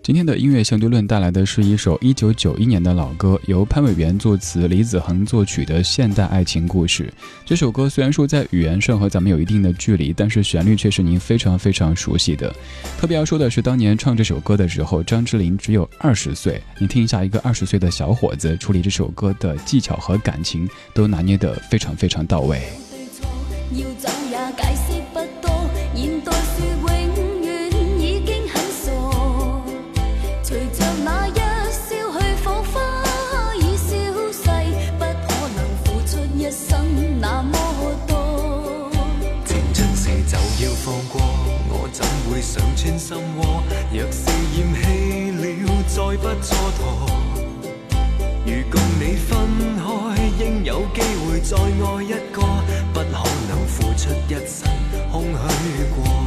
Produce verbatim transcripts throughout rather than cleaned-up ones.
今天的音乐相对论带来的是一首一九九一年的老歌，由潘伟元作词，李子恒作曲的现代爱情故事。这首歌虽然说在语言上和咱们有一定的距离，但是旋律却是您非常非常熟悉的。特别要说的是，当年唱这首歌的时候，张智霖只有二十岁。你听一下，一个二十岁的小伙子处理这首歌的技巧和感情都拿捏得非常非常到位。 要走也解釋不多，現代說永遠已經很傻，隨着那一消去火花已消逝，不可能付出一生那麼多。 情真時就要放過，我怎會想穿心窩？若是厭棄了，再不蹉跎。如共你分開，應有機會再愛一個，不可能付出一生空虛過。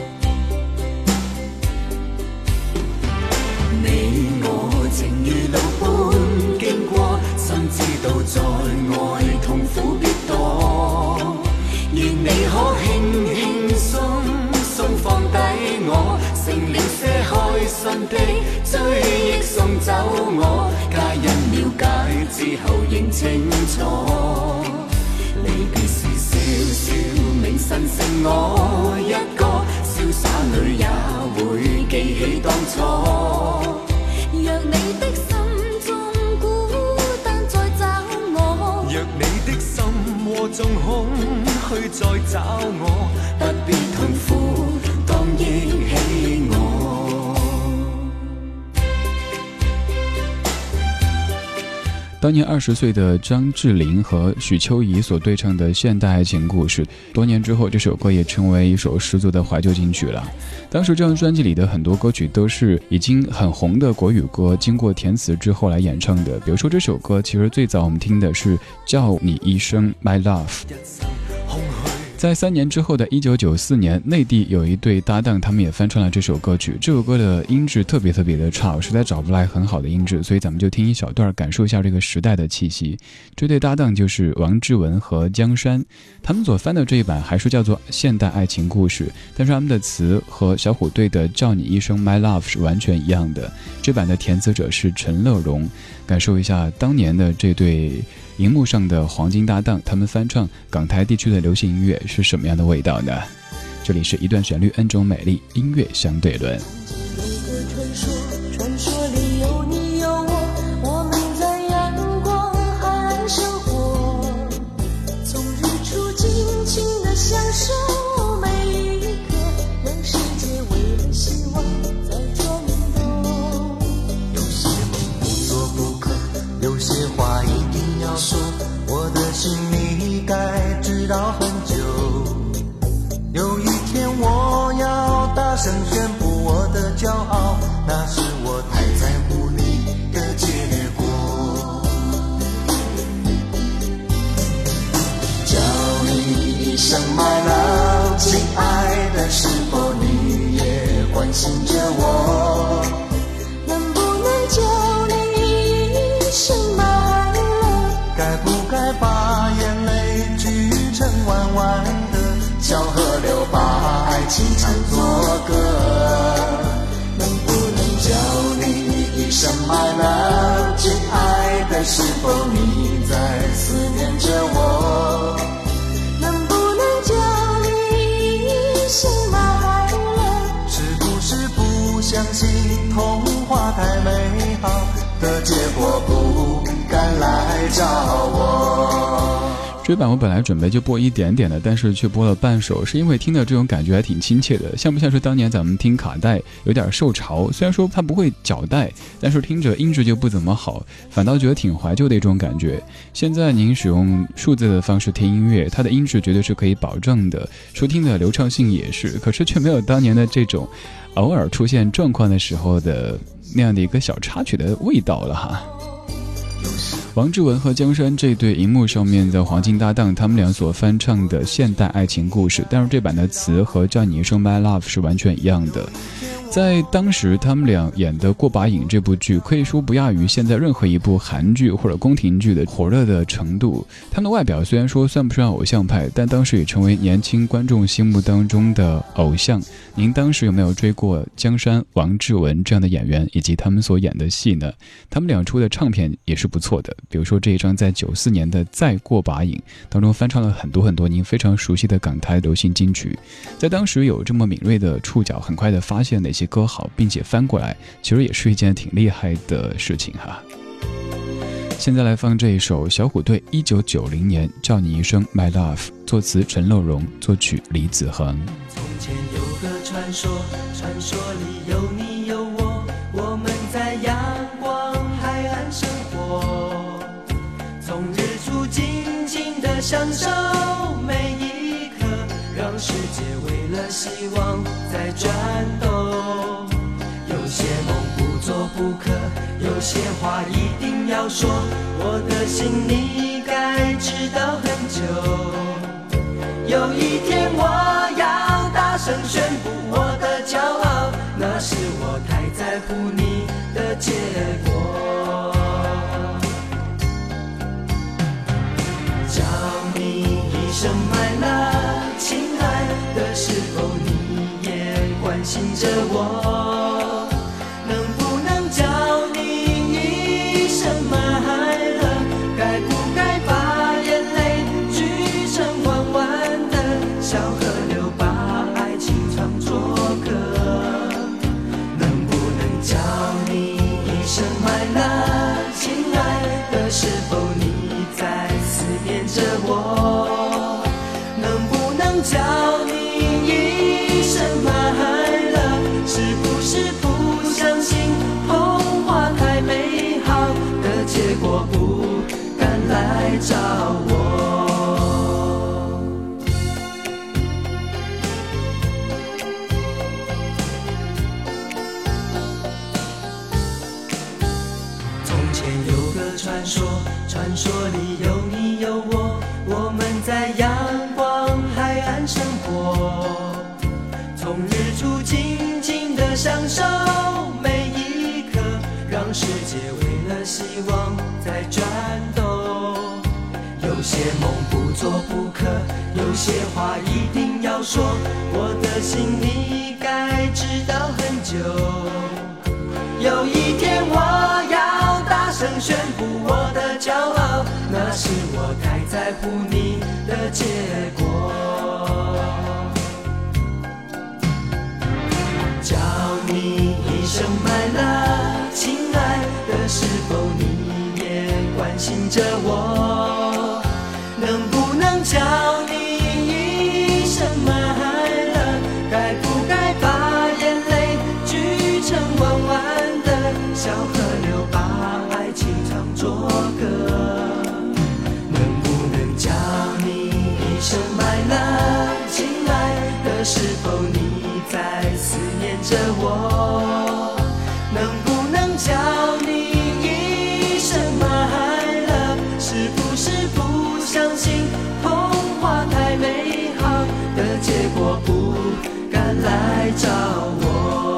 你我情如路般經過，心知道在愛痛苦必多。願你可輕輕鬆鬆放低我，剩了些開心的追憶送走我，皆因了解之後認清楚。離別時笑笑銘神剩我一個，瀟灑裏也會記起當初。 若你的心中孤單再找我， 若你的心窩中空虛再找我，不必痛苦，當憶起我。 当年二十岁的张智霖和许秋怡所对唱的现代爱情故事，多年之后这首歌也成为一首十足的怀旧金曲了。当时这张专辑里的很多歌曲都是已经很红的国语歌，经过填词之后来演唱的。比如说这首歌，其实最早我们听的是叫你一声 My Love。在三年之后的一九九四年，内地有一对搭档，他们也翻唱了这首歌曲。这首歌的音质特别特别的差，我实在找不来很好的音质，所以咱们就听一小段，感受一下这个时代的气息。这对搭档就是王志文和江山，他们所翻的这一版还是叫做现代爱情故事，但是他们的词和小虎队的叫你一声 My Love 是完全一样的。这版的填词者是陈乐融，感受一下当年的这对荧幕上的黄金搭档，他们翻唱港台地区的流行音乐是什么样的味道呢？这里是一段旋律 N 种美丽，音乐相对论。 传说里有你有我，我们在阳光海岸生活，从日出尽情的享受每一刻，让世界为了希望在转动。 有些梦不做不可，有些话一定要说，我的心你该知道很久。有一天我要大声宣布我的骄傲，那是我太在乎你的结果。叫你一声 My love， 亲爱的，是否你也关心着我？ 能不能叫你一声 My love？ 该不该把眼泪聚成弯弯的小河流，把爱情唱作歌？能不能叫你一声 My love， 亲爱的，是否你在思念着我？ 能不能叫你一声 My love？ 是不是不相信童话太美好的结果，不敢来找我？ 这版我本来准备就播一点点的，但是却播了半首，是因为听的这种感觉还挺亲切的，像不像是当年咱们听卡带有点受潮，虽然说它不会搅带，但是听着音质就不怎么好，反倒觉得挺怀旧的一种感觉。现在您使用数字的方式听音乐，它的音质绝对是可以保证的，收听的流畅性也是，可是却没有当年的这种偶尔出现状况的时候的那样的一个小插曲的味道了哈。王志文和江山这对荧幕上面的黄金搭档，他们俩所翻唱的现代爱情故事，但是这版的词和叫你一声 My Love 是完全一样的。 在当时他们俩演的《过把瘾》这部剧可以说不亚于现在任何一部韩剧或者宫廷剧的火热的程度。他们的外表虽然说算不上偶像派，但当时也成为年轻观众心目当中的偶像。您当时有没有追过江山、王志文这样的演员以及他们所演的戏呢？他们俩出的唱片也是不错的，比如说这一张在九四年的《再过把瘾》当中翻唱了很多很多您非常熟悉的港台流行金曲。在当时有这么敏锐的触角，很快的发现哪些歌好，并且翻过来，其实也是一件挺厉害的事情哈。现在来放这一首小虎队一九九零年《叫你一声 My Love》，作词陈乐融，作曲李子恒。 从前有个传说，传说里有你有我，我们在阳光海岸生活，从日出静静地享受每一刻，让世界为了希望在转动。有些梦不做不可，有些话一定要说，我的心你该知道很久。有一天我要大声宣布我的骄傲，那是我太在乎你的结果。叫你一声 My love， 亲爱的，是否你也关心着我？能不能叫你一声 My love， 该不该把眼泪聚成弯弯的小河流，把爱情唱作歌？能不能叫你一声 My love， 亲爱的，是否你在思念着我？能不能叫你一声 My love， 是不是不相信童话太美好的结果，不敢来找我？从前有个传说，传说里有你有我，我们在阳光海岸生活，从日出静静地享受每一刻，让世界为了希望在转动。有些梦不做不可，有些话一定要说，我的心你该知道很久。有一天我要大声宣布我的骄傲，那是我太在乎你的结果。叫你一声 My love， 亲爱的，是否你也关心着我？能不能叫你一声 My love， 该不该把眼泪聚成弯弯的小河流，把爱情唱作歌？能不能叫你一声 My love， 亲爱的，是否你在思念着我？能不能叫你一声 My love， 是不是不相信童话太美好的结果，不敢来找我？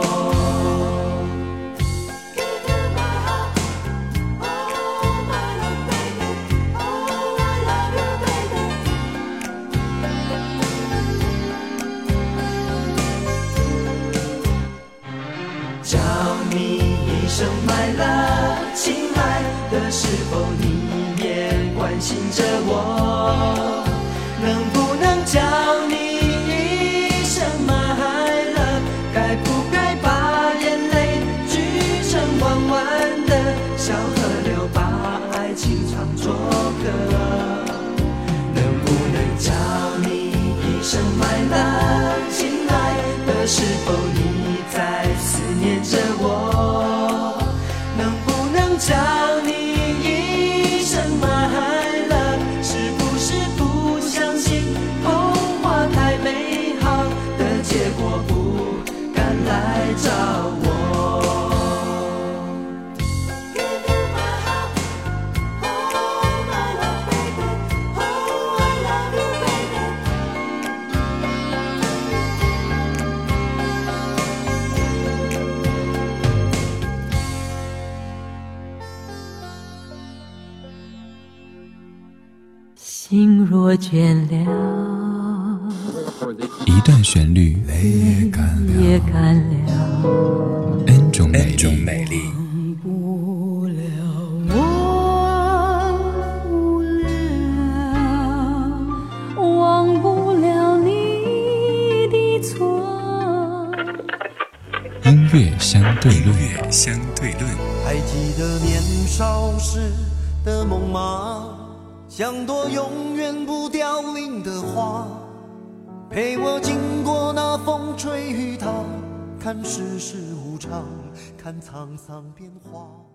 叫你一声 My love， 亲爱的，是否你也关心着我？能不能叫你一声 My love， 该不该把眼泪聚成弯弯的小河流，把爱情唱作歌？能不能叫你一声 My love， 亲爱的，是否你在思念着我？能不能叫你一声 My love， 是不是不相信童话太美好的结果，不敢来找我？ 若倦了， 一段旋律也干了 ，N 种美丽。 忘不了，忘不了，忘不了你的错。 音乐相对论，相对论。 还记得年少时的梦吗？像朵永远不凋零的花，陪我经过那风吹雨打，看世事无常，看沧桑变化。